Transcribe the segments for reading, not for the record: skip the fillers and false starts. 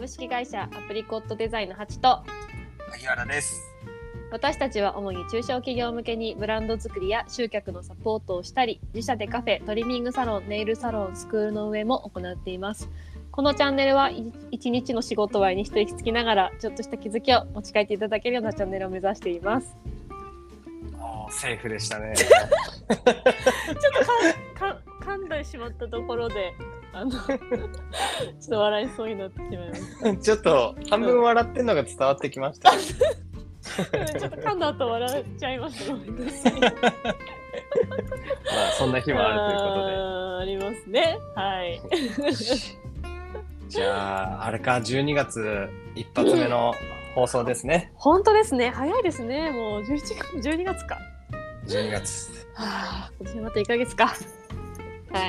株式会社アプリコットデザインのハチと萩原です。 私たちは主に中小企業向けにブランド作りや集客のサポートをしたり、自社でカフェ、トリミングサロン、ネイルサロン、スクールの運営も行っています。このチャンネルは一日の仕事終わりに一息つきながらちょっとした気づきを持ち帰っていただけるようなチャンネルを目指しています。 セーフでしたね。 ちょっと噛んでしまったところでちょっと笑いそうになってしまいました。 ちょっと半分笑ってんのが伝わってきました。 ちょっと噛んだ後笑っちゃいました。ごめんなさい。 まあそんな日もあるということで。 ありますね。はい。 じゃああれか、12月一発目の放送ですね。 本当ですね。早いですね。もう12月か。 12月。 はあ、今年また1ヶ月か。はい。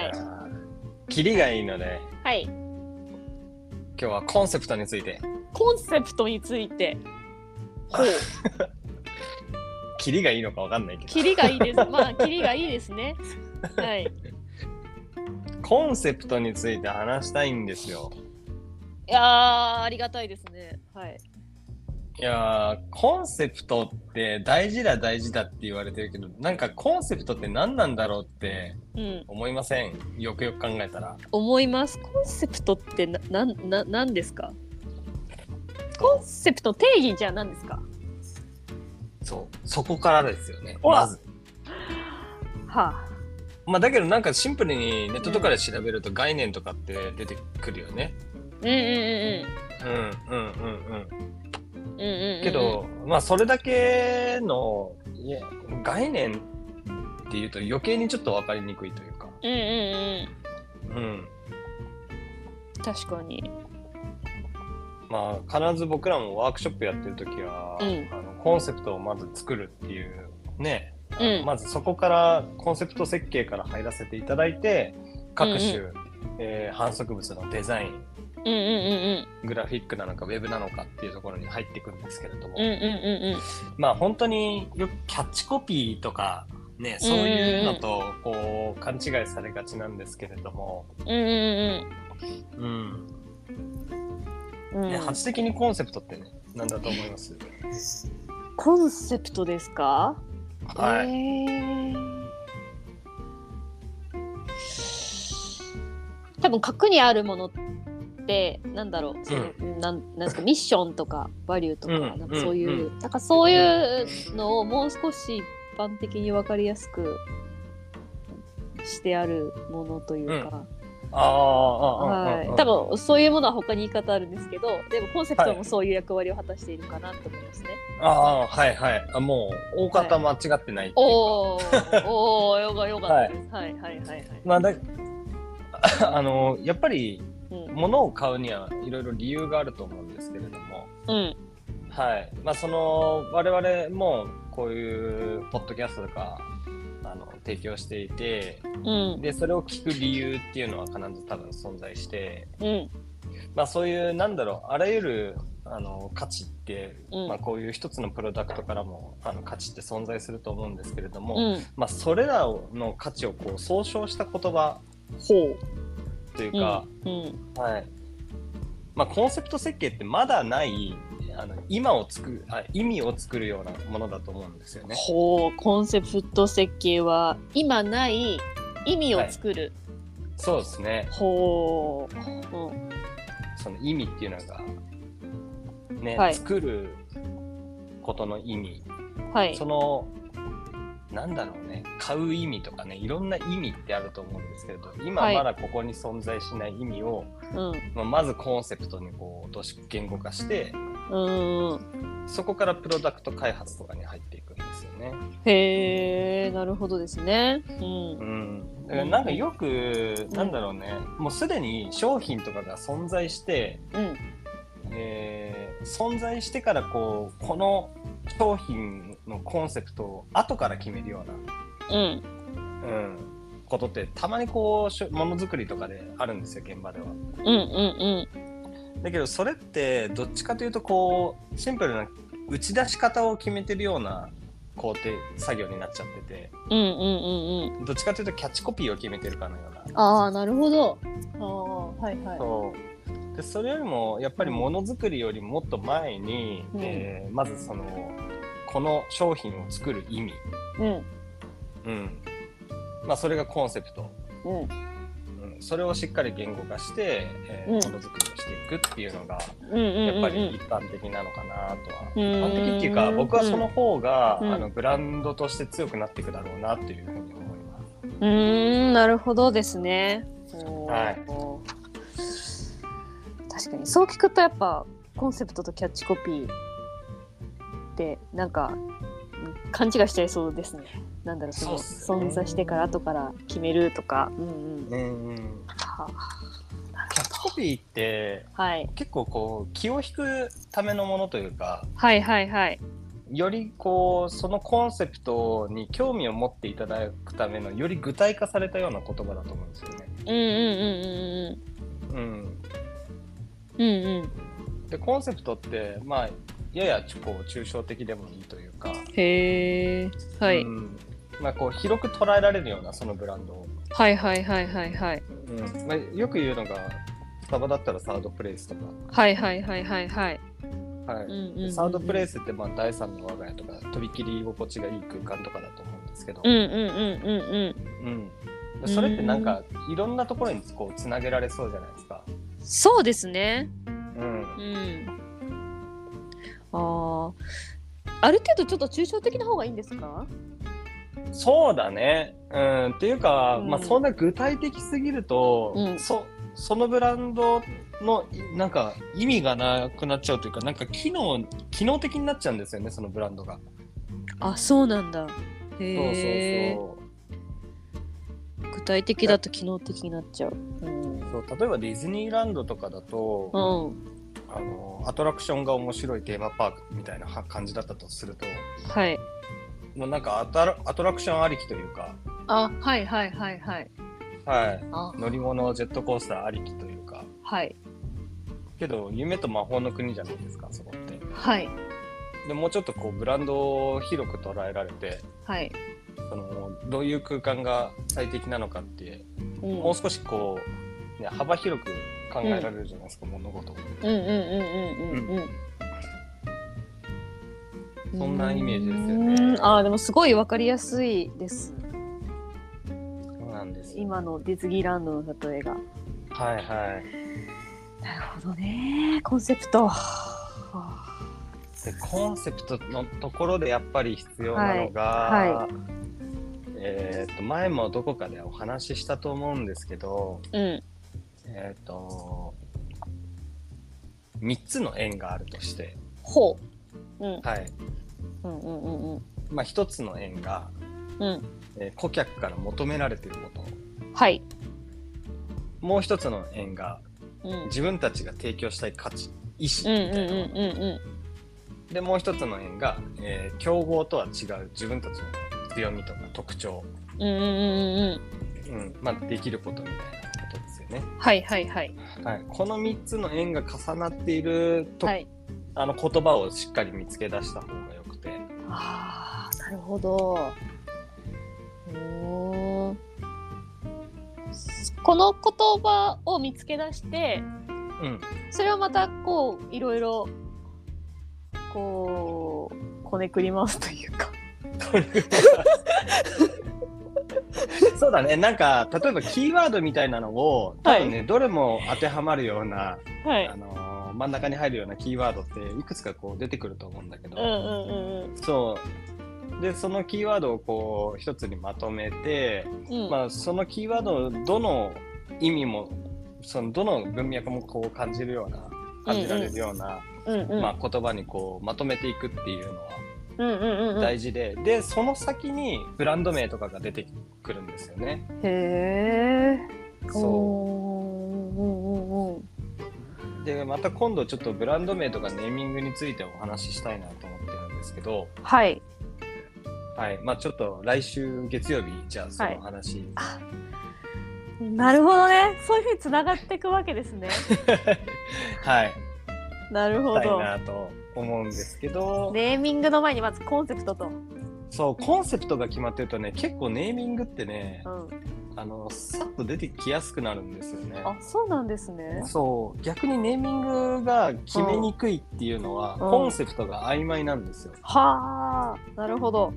キリがいいので、 はい。 今日はコンセプトについて。 コンセプトについて。ほう。 キリがいいのかわかんないけど。 キリがいいです。まあキリがいいですね。はい。 コンセプトについて話したいんですよ。 いやー、ありがたいですね。はい。 いやー、コンセプトって大事だって言われてるけど、なんかコンセプトって何なんだろうって思いません？よくよく考えたら。 思います。コンセプトって何ですか？コンセプト定義じゃ何ですか？ そこからですよね、まず。 はあ。 まあだけどなんかシンプルにネットとかで調べると概念とかって出てくるよね。けど、まあそれだけの概念っていうと余計にちょっと分かりにくいというか。 確かに。 まあ必ず僕らもワークショップやってる時は、コンセプトをまず作るっていうね、まずそこからコンセプト設計から入らせていただいて、各種、販促物のデザイン、グラフィックなのかウェブなのかっていうところに入っていくんですけれども、まあ本当によくキャッチコピーとかね、そういうのとこう勘違いされがちなんですけれども、ハチ的にコンセプトってね、何だと思います？ コンセプトですか？ はい。 多分核にあるものってなんだろう、なんですか、ミッションとかバリューとか、なんかそういう、なんかそういうのをもう少し一般的に分かりやすくしてあるものというか、多分そういうものは他に言い方あるんですけど、でもコンセプトもそういう役割を果たしているかなと思いますね。 はいはい。もう大方間違ってないっていうか。 おー、よかったです。はい。 まあやっぱり物を買うにはいろいろ理由があると思うんですけれども、はい。まあ我々もこういうポッドキャストとか提供していて、でそれを聞く理由っていうのは必ず多分存在して、まあそういうなんだろう、あらゆる価値って、まあこういう一つのプロダクトからも価値って存在すると思うんですけれども、まあそれらの価値をこう総称した言葉というか、はい。まあコンセプト設計ってまだない意味を作るようなものだと思うんですよね。 コンセプト設計は今ない意味を作る。 そうですね。 その意味っていうのがね、作ることの意味、そのなんだろうね、買う意味とかね、いろんな意味ってあると思うんですけれど、今まだここに存在しない意味を、まずコンセプトにこう言語化して、そこからプロダクト開発とかに入っていくんですよね。 へー、なるほどですね。 だからなんかよく、なんだろうね、もうすでに商品とかが存在して、存在してからこの商品のコンセプトを後から決めるような、ことってたまにこうものづくりとかであるんですよ、現場では。だけどそれってどっちかというとこうシンプルな打ち出し方を決めてるような工程作業になっちゃってて、どっちかというとキャッチコピーを決めてるかのような。 なるほど。 そうでそれよりもやっぱりものづくりよりもっと前に、まずこの商品を作る意味、まあ、それがコンセプト、それをしっかり言語化して、ものづくりをしていくっていうのがやっぱり一般的なのかなとは、一般的っていうか僕はその方が、ブランドとして強くなっていくだろうなっていうふうに思います。 なるほどですね。 はい、 確かにそう聞くとやっぱコンセプトとキャッチコピーってなんか勘違いしちゃいそうですね。なんだろう、その存在してから後から決めるとか。 キャッチコピーって、結構こう気を引くためのものというか、よりこうそのコンセプトに興味を持っていただくためのより具体化されたような言葉だと思うんですよね。でコンセプトってまあややこう抽象的でもいいというか、まあこう広く捉えられるようなそのブランドを、まあ、よく言うのがスタバだったらサードプレイスとか、サードプレイスってまあ第三の我が家とかとびきり居心地がいい空間とかだと思うんですけど、それってなんかいろんなところにこうつなげられそうじゃないですか。 そうですね。ある程度ちょっと抽象的な方がいいんですか？ そうだね。っていうか、まあそんな具体的すぎると、そのブランドのなんか意味がなくなっちゃうというか、なんか機能的になっちゃうんですよね、そのブランドが。 あ、そうなんだ。 そう。 具体的だと機能的になっちゃう。 そう例えばディズニーランドとかだと、アトラクションが面白いテーマパークみたいな感じだったとすると、もうなんかアトラクションありきというか、乗り物ジェットコースターありきというか、けど夢と魔法の国じゃないですか、そこって。でもうちょっとこうブランドを広く捉えられて、どういう空間が最適なのかって、もう少しこう、幅広く考えられるじゃないですか、物事を。そんなイメージですよね。 でもすごい分かりやすいです。 そうなんです。 今のディズニーランドの例えが。なるほどね。コンセプト。 でコンセプトのところでやっぱり必要なのが、前もどこかでお話ししたと思うんですけど、3つの円があるとして、まあ1つの円が、顧客から求められていること、もう1つの円が、自分たちが提供したい価値、意思みたいなもの、でもう1つの円が、競合とは違う自分たちの強みとか特徴、まあ、できることみたいなことですよね。この3つの円が重なっていると、言葉をしっかり見つけ出した方がよくて。 なるほど。この言葉を見つけ出して、それをまたこういろいろこうこねくり回すというかそうだね。なんか例えばキーワードみたいなのを多分ね、どれも当てはまるような、真ん中に入るようなキーワードっていくつかこう出てくると思うんだけど、そうでそのキーワードをこう一つにまとめて、まあ、そのキーワードのどの意味もそのどの文脈もこう感じられるような、まあ、言葉にこうまとめていくっていうのは大事で、でその先にブランド名とかが出てくるんですよね。でまた今度ちょっとブランド名とかネーミングについてお話ししたいなと思ってるんですけど、まあちょっと来週月曜日じゃあその話、 なるほどね。そういうふうにつながっていくわけですね。なるほど。 したいなと思うんですけど、 ネーミングの前にまずコンセプトと。 そうコンセプトが決まってるとね、結構ネーミングってね、 さっと出てきやすくなるんですよね。 あ、そうなんですね。 そう、逆にネーミングが決めにくいっていうのは、コンセプトが曖昧なんですよ。 はあ、なるほど。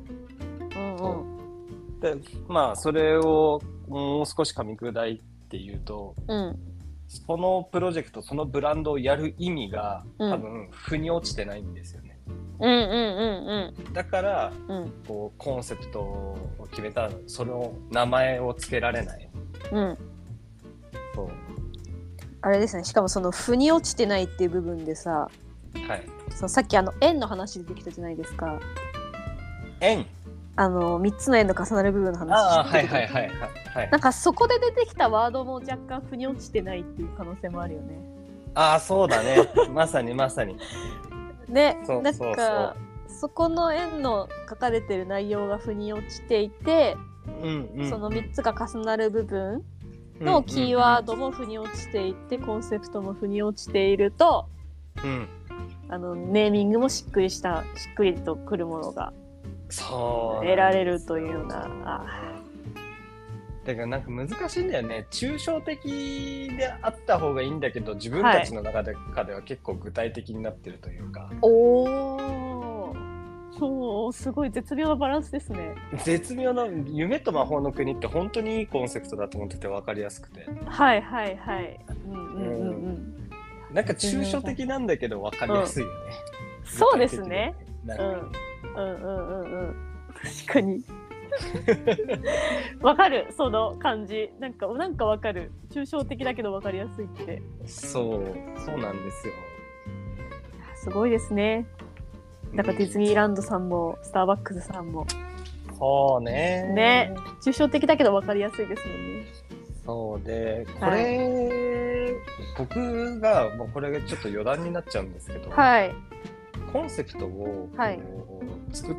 で、まあそれをもう少し噛み砕いて言うと、そのプロジェクト、そのブランドをやる意味が多分腑に落ちてないんですよね。だから、こうコンセプトを決めたその名前を付けられない。そうあれですね。しかもその腑に落ちてないっていう部分でさ、そうさっき円の話出てきたじゃないですか。 円。 3つの円の重なる部分の話してたけど、なんかそこで出てきたワードも若干腑に落ちてないっていう可能性もあるよね。 ああ、そうだね。まさにまさに。 ね、なんかそこの円の書かれてる内容が腑に落ちていて、その3つが重なる部分のキーワードも腑に落ちていて、コンセプトも腑に落ちていると、ネーミングもしっくりとくるものが得られるというような。 だからなんか難しいんだよね。抽象的であった方がいいんだけど、自分たちの中では結構具体的になってるというか。 そう、すごい絶妙なバランスですね。 絶妙な。夢と魔法の国って本当にいいコンセプトだと思ってて分かりやすくて。なんか抽象的なんだけど分かりやすいよね。 そうですね。確かに。わかる、その感じ。なんかわかる。抽象的だけどわかりやすいって。そうなんですよ。 すごいですね。なんかディズニーランドさんもスターバックスさんも。 そうね。 ね、抽象的だけどわかりやすいですもんね。 そうで、これ、僕がもうこれがちょっと余談になっちゃうんですけど、コンセプトを作って、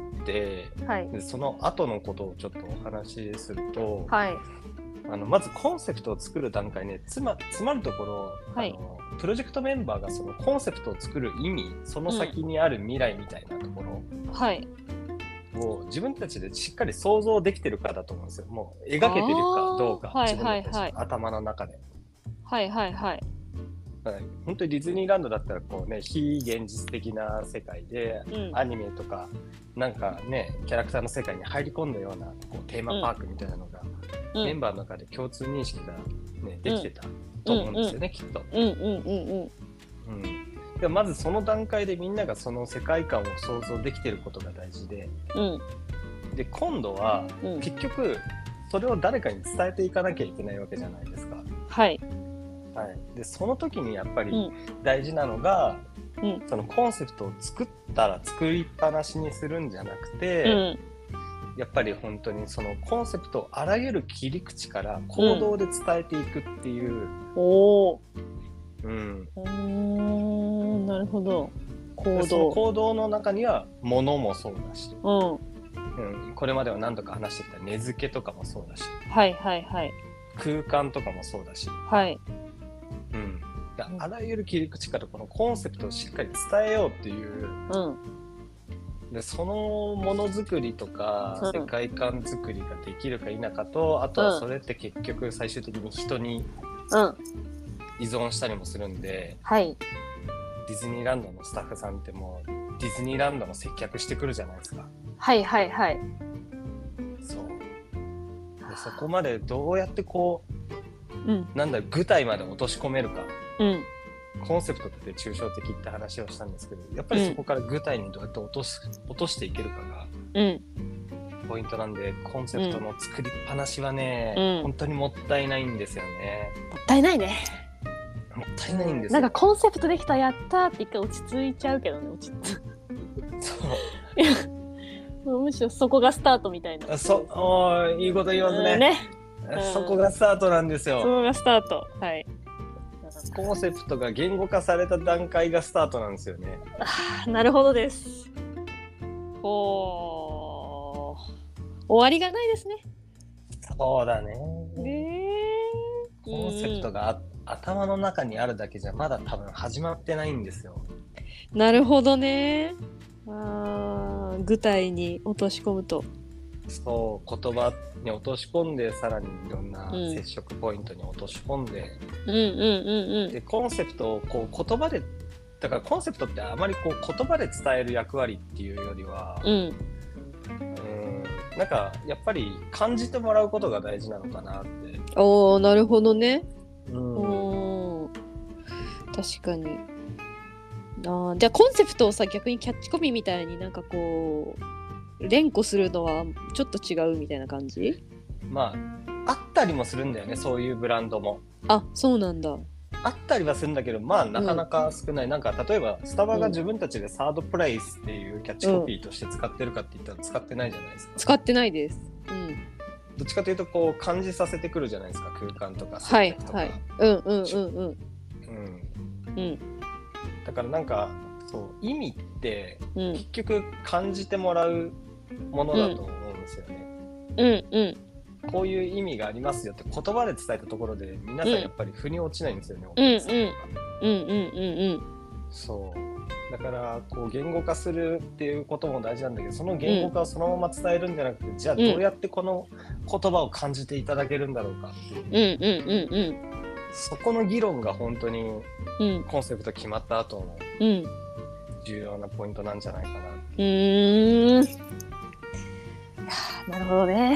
でその後のことをちょっとお話しすると、まずコンセプトを作る段階ね、つまるところ、プロジェクトメンバーがそのコンセプトを作る意味、その先にある未来みたいなところを自分たちでしっかり想像できてるかだと思うんですよ。もう描けてるかどうか、自分たち頭の中で。本当にディズニーランドだったらこうね、非現実的な世界で、アニメとかなんかね、キャラクターの世界に入り込んだようなこうテーマパークみたいなのが、メンバーの中で共通認識が、ね、できてたと思うんですよね、きっと。でまずその段階でみんながその世界観を想像できてることが大事で、で今度は、結局それを誰かに伝えていかなきゃいけないわけじゃないですか。でその時にやっぱり大事なのが、そのコンセプトを作ったら作りっぱなしにするんじゃなくて、やっぱり本当にそのコンセプトをあらゆる切り口から行動で伝えていくっていう。 なるほど。 その行動の中には物もそうだし、これまでは何度か話してきた根付けとかもそうだし、空間とかもそうだし、あらゆる切り口からこのコンセプトをしっかり伝えようっていう、でそのものづくりとか世界観づくりができるか否かと、あとはそれって結局最終的に人に依存したりもするんで、ディズニーランドのスタッフさんってもうディズニーランドの接客してくるじゃないですか。そうでそこまでどうやってこう、なんだ具体まで落とし込めるか、コンセプトって抽象的って話をしたんですけど、やっぱりそこから具体にどうやって落としていけるかがポイントなんで、コンセプトの作りっぱなしはね、本当にもったいないんですよね。 もったいないね。 もったいないんですよ。 なんかコンセプトできた、やったって一回落ち着いちゃうけどね、そうむしろそこがスタートみたいな。 いいこと言いますね。そこがスタートなんですよ。 そこがスタート。 コンセプトが言語化された段階がスタートなんですよね。 なるほどです。終わりがないですね。 そうだね。コンセプトが頭の中にあるだけじゃまだ多分始まってないんですよ。 なるほどね。具体に落とし込むと。 そう言葉に落とし込んで、さらにいろんな接触ポイントに落とし込んで、でコンセプトをこう言葉で、だからコンセプトってあまりこう言葉で伝える役割っていうよりは、なんかやっぱり感じてもらうことが大事なのかなって。 おー、なるほどね。お確かに。じゃあコンセプトをさ、逆にキャッチコピーみたいになんかこう連呼するのはちょっと違うみたいな感じ？ まああったりもするんだよね、そういうブランドも。 あ、そうなんだ。 あったりはするんだけど、まあなかなか少ない。なんか例えばスタバが自分たちでサードプライスっていうキャッチコピーとして使ってるかって言ったら使ってないじゃないですか。 使ってないです。 どっちかというとこう感じさせてくるじゃないですか、空間とか接客とか。はい。 だからなんかそう意味って結局感じてもらうものだと思うんですよね。こういう意味がありますよって言葉で伝えたところで皆さんやっぱり腑に落ちないんですよね、お客さんとか。そうだからこう言語化するっていうことも大事なんだけど、その言語化をそのまま伝えるんじゃなくて、じゃあどうやってこの言葉を感じていただけるんだろうかっていう、そこの議論が本当にコンセプト決まった後の重要なポイントなんじゃないかなっていう。 なるほどね。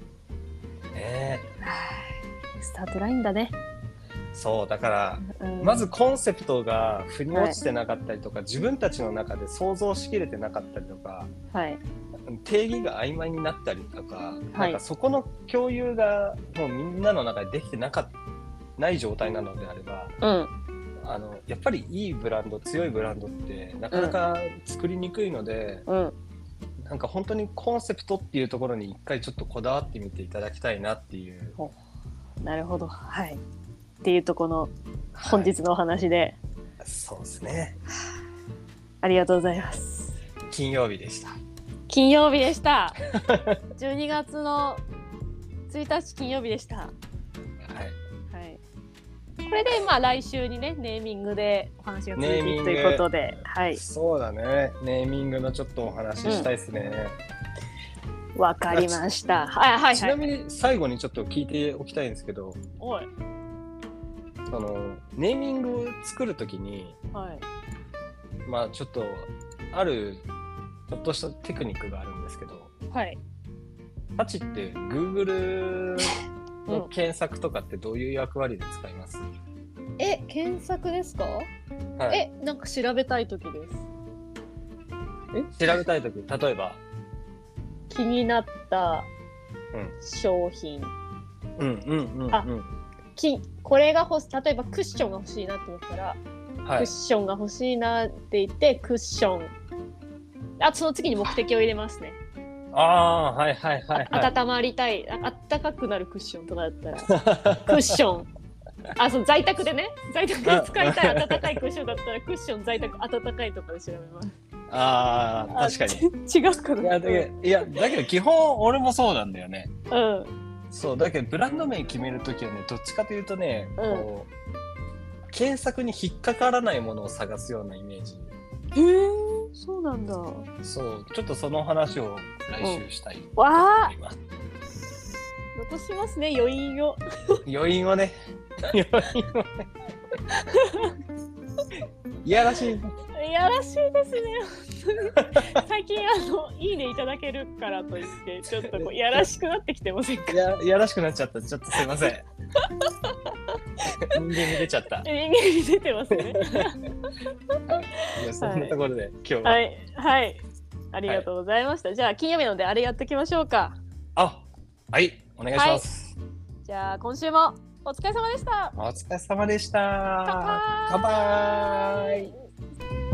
スタートラインだね。 そうだから、まずコンセプトが腑に落ちてなかったりとか、自分たちの中で想像しきれてなかったりとか、定義が曖昧になったりとか、なんかそこの共有がもうみんなの中でできてない状態なのであれば、やっぱりいいブランド、強いブランドってなかなか作りにくいので、なんか本当にコンセプトっていうところに一回ちょっとこだわってみていただきたいなっていう。 なるほど、はい。っていうとこの本日のお話で、 そうですね。 ありがとうございます。 金曜日でした。 金曜日でした。12月の1日金曜日でした。これでまあ来週にね、ネーミングでお話が続いていくということで、 そうだね。ネーミングのちょっとお話ししたいですね。 わかりました。 ちなみに最後にちょっと聞いておきたいんですけど、ネーミングを作るときに、まあちょっとあるちょっとしたテクニックがあるんですけど、ハチって Google の検索とかってどういう役割で使います？ 検索ですか？なんか調べたいときです。 調べたいとき、例えば気になった商品。これが例えばクッションが欲しいなと思ったら、クッションが欲しいなって言ってクッション。その次に目的を入れますね。温まりたい、暖かくなるクッションとかだったらクッション。そう在宅でね、在宅で使いたい暖かいクッションだったらクッション在宅暖かいとかで調べます。 確かに。 違うかな。 いやだけど基本俺もそうなんだよね。そうだけどブランド名決めるときはね、どっちかというとね、こう検索に引っかからないものを探すようなイメージ。 そうなんだ。 そう、ちょっとその話を来週したいと思います。 残しますね、余韻を。 余韻をね。いやらしい。 いやらしいですね。最近いいねいただけるからといってちょっといやらしくなってきてませんか？ いやらしくなっちゃった。ちょっとすいません。人間に出ちゃった。 人間に出てますね。 そんなところで今日は。 はい。ありがとうございました。じゃあ金曜日なのであれやっておきましょうか。 はい、お願いします。 じゃあ今週もお疲れ様でした。 お疲れ様でした。乾杯。